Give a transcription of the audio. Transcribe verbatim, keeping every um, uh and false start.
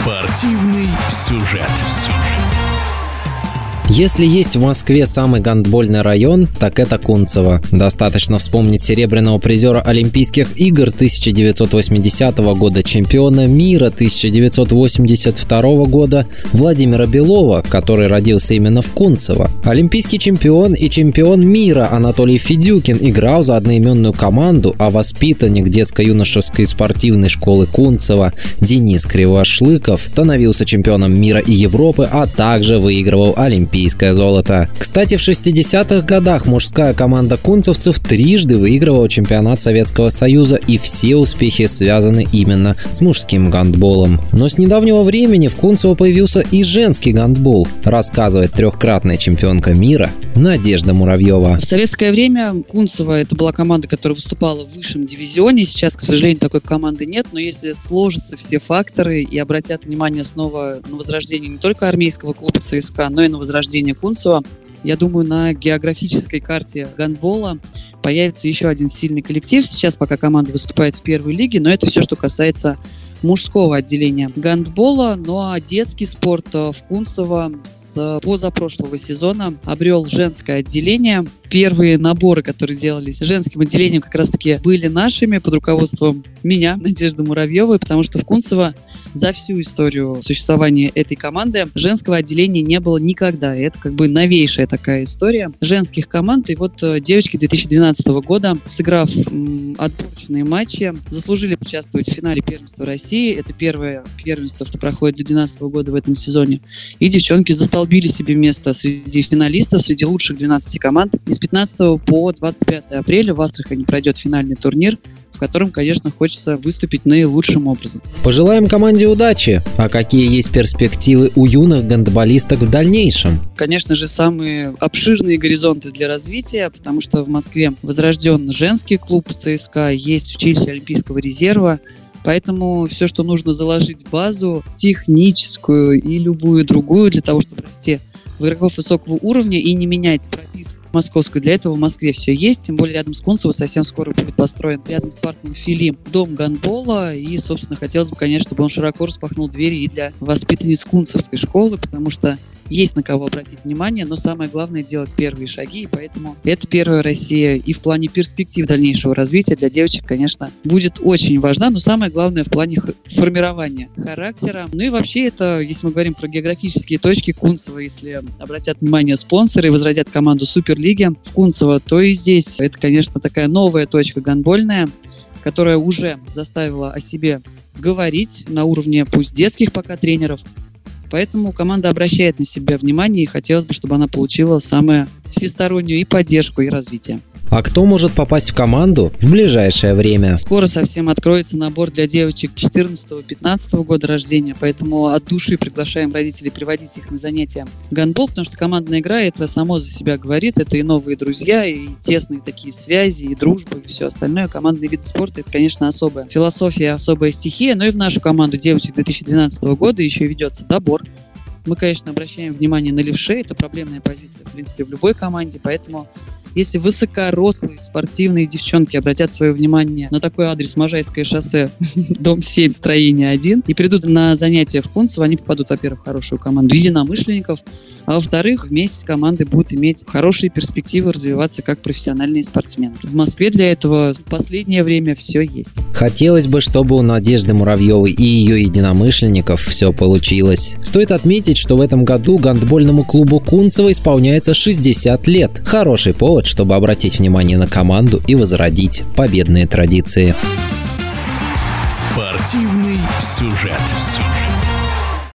Спортивный сюжет. Если есть в Москве самый гандбольный район, так это Кунцево. Достаточно вспомнить серебряного призера Олимпийских игр тысяча девятьсот восьмидесятого года, чемпиона мира тысяча девятьсот восемьдесят второго года Владимира Белова, который родился именно в Кунцево. Олимпийский чемпион и чемпион мира Анатолий Федюкин играл за одноименную команду, а воспитанник детско-юношеской спортивной школы Кунцево Денис Кривошлыков становился чемпионом мира и Европы, а также выигрывал Олимпийские золото. Кстати, в шестидесятых годах мужская команда кунцевцев трижды выигрывала чемпионат Советского Союза, и все успехи связаны именно с мужским гандболом. Но с недавнего времени в Кунцево появился и женский гандбол, рассказывает трехкратная чемпионка мира Надежда Муравьева. В советское время Кунцево это была команда, которая выступала в высшем дивизионе. Сейчас, к сожалению, такой команды нет, но если сложатся все факторы и обратят внимание снова на возрождение не только армейского клуба ЦСКА, но и на возрождение Кунцево, я думаю, на географической карте гандбола появится еще один сильный коллектив. Сейчас пока команда выступает в первой лиге, но это все, что касается мужского отделения гандбола. Ну а детский спорт в Кунцево с позапрошлого сезона обрел женское отделение. Первые наборы, которые делались женским отделением, как раз-таки были нашими под руководством меня, Надежды Муравьевой, потому что в Кунцево за всю историю существования этой команды женского отделения не было никогда. И это как бы новейшая такая история женских команд. И вот девочки две тысячи двенадцатого года, сыграв м, отборочные матчи, заслужили участвовать в финале первенства России. Это первое первенство, что проходит для две тысячи двенадцатого года в этом сезоне. И девчонки застолбили себе место среди финалистов, среди лучших двенадцати команд. И с пятнадцатого по двадцать пятое апреля в Астрахани пройдет финальный турнир, в котором, конечно, хочется выступить наилучшим образом. Пожелаем команде удачи. А какие есть перспективы у юных гандболисток в дальнейшем? Конечно же, самые обширные горизонты для развития, потому что в Москве возрожден женский клуб ЦСКА, есть училище Олимпийского резерва. Поэтому все, что нужно заложить базу техническую и любую другую для того, чтобы расти в игроков высокого уровня и не менять прописку московскую. Для этого в Москве все есть, тем более рядом с Кунцево совсем скоро будет построен рядом с парком Фили дом гандбола, и, собственно, хотелось бы, конечно, чтобы он широко распахнул двери и для воспитанниц кунцевской школы, потому что есть на кого обратить внимание, но самое главное — делать первые шаги, и поэтому это первая Россия. И в плане перспектив дальнейшего развития для девочек, конечно, будет очень важна, но самое главное в плане формирования характера. Ну и вообще это, если мы говорим про географические точки Кунцево, если обратят внимание спонсоры и возродят команду Суперлиги в Кунцево, то и здесь это, конечно, такая новая точка гандбольная, которая уже заставила о себе говорить на уровне пусть детских пока тренеров. Поэтому команда обращает на себя внимание, и хотелось бы, чтобы она получила самую всестороннюю и поддержку, и развитие. А кто может попасть в команду в ближайшее время? Скоро совсем откроется набор для девочек четырнадцатого-пятнадцатого года рождения, поэтому от души приглашаем родителей приводить их на занятия гандбол, потому что командная игра, это само за себя говорит, это и новые друзья, и тесные такие связи, и дружба, и все остальное. Командный вид спорта — это, конечно, особая философия, особая стихия, но и в нашу команду девочек две тысячи двенадцатого года еще ведется добор. Мы, конечно, обращаем внимание на левшей, это проблемная позиция, в принципе, в любой команде, поэтому если высокорослые спортивные девчонки обратят свое внимание на такой адрес: Можайское шоссе, дом семь, строение один, и придут на занятия в Кунцево, они попадут, во-первых, в хорошую команду единомышленников, а во-вторых, вместе с командой будут иметь хорошие перспективы развиваться как профессиональные спортсмены. В Москве для этого в последнее время все есть. Хотелось бы, чтобы у Надежды Муравьевой и ее единомышленников все получилось. Стоит отметить, что в этом году гандбольному клубу Кунцево исполняется шестьдесят лет. Хороший повод, чтобы обратить внимание на команду и возродить победные традиции. Спортивный сюжет.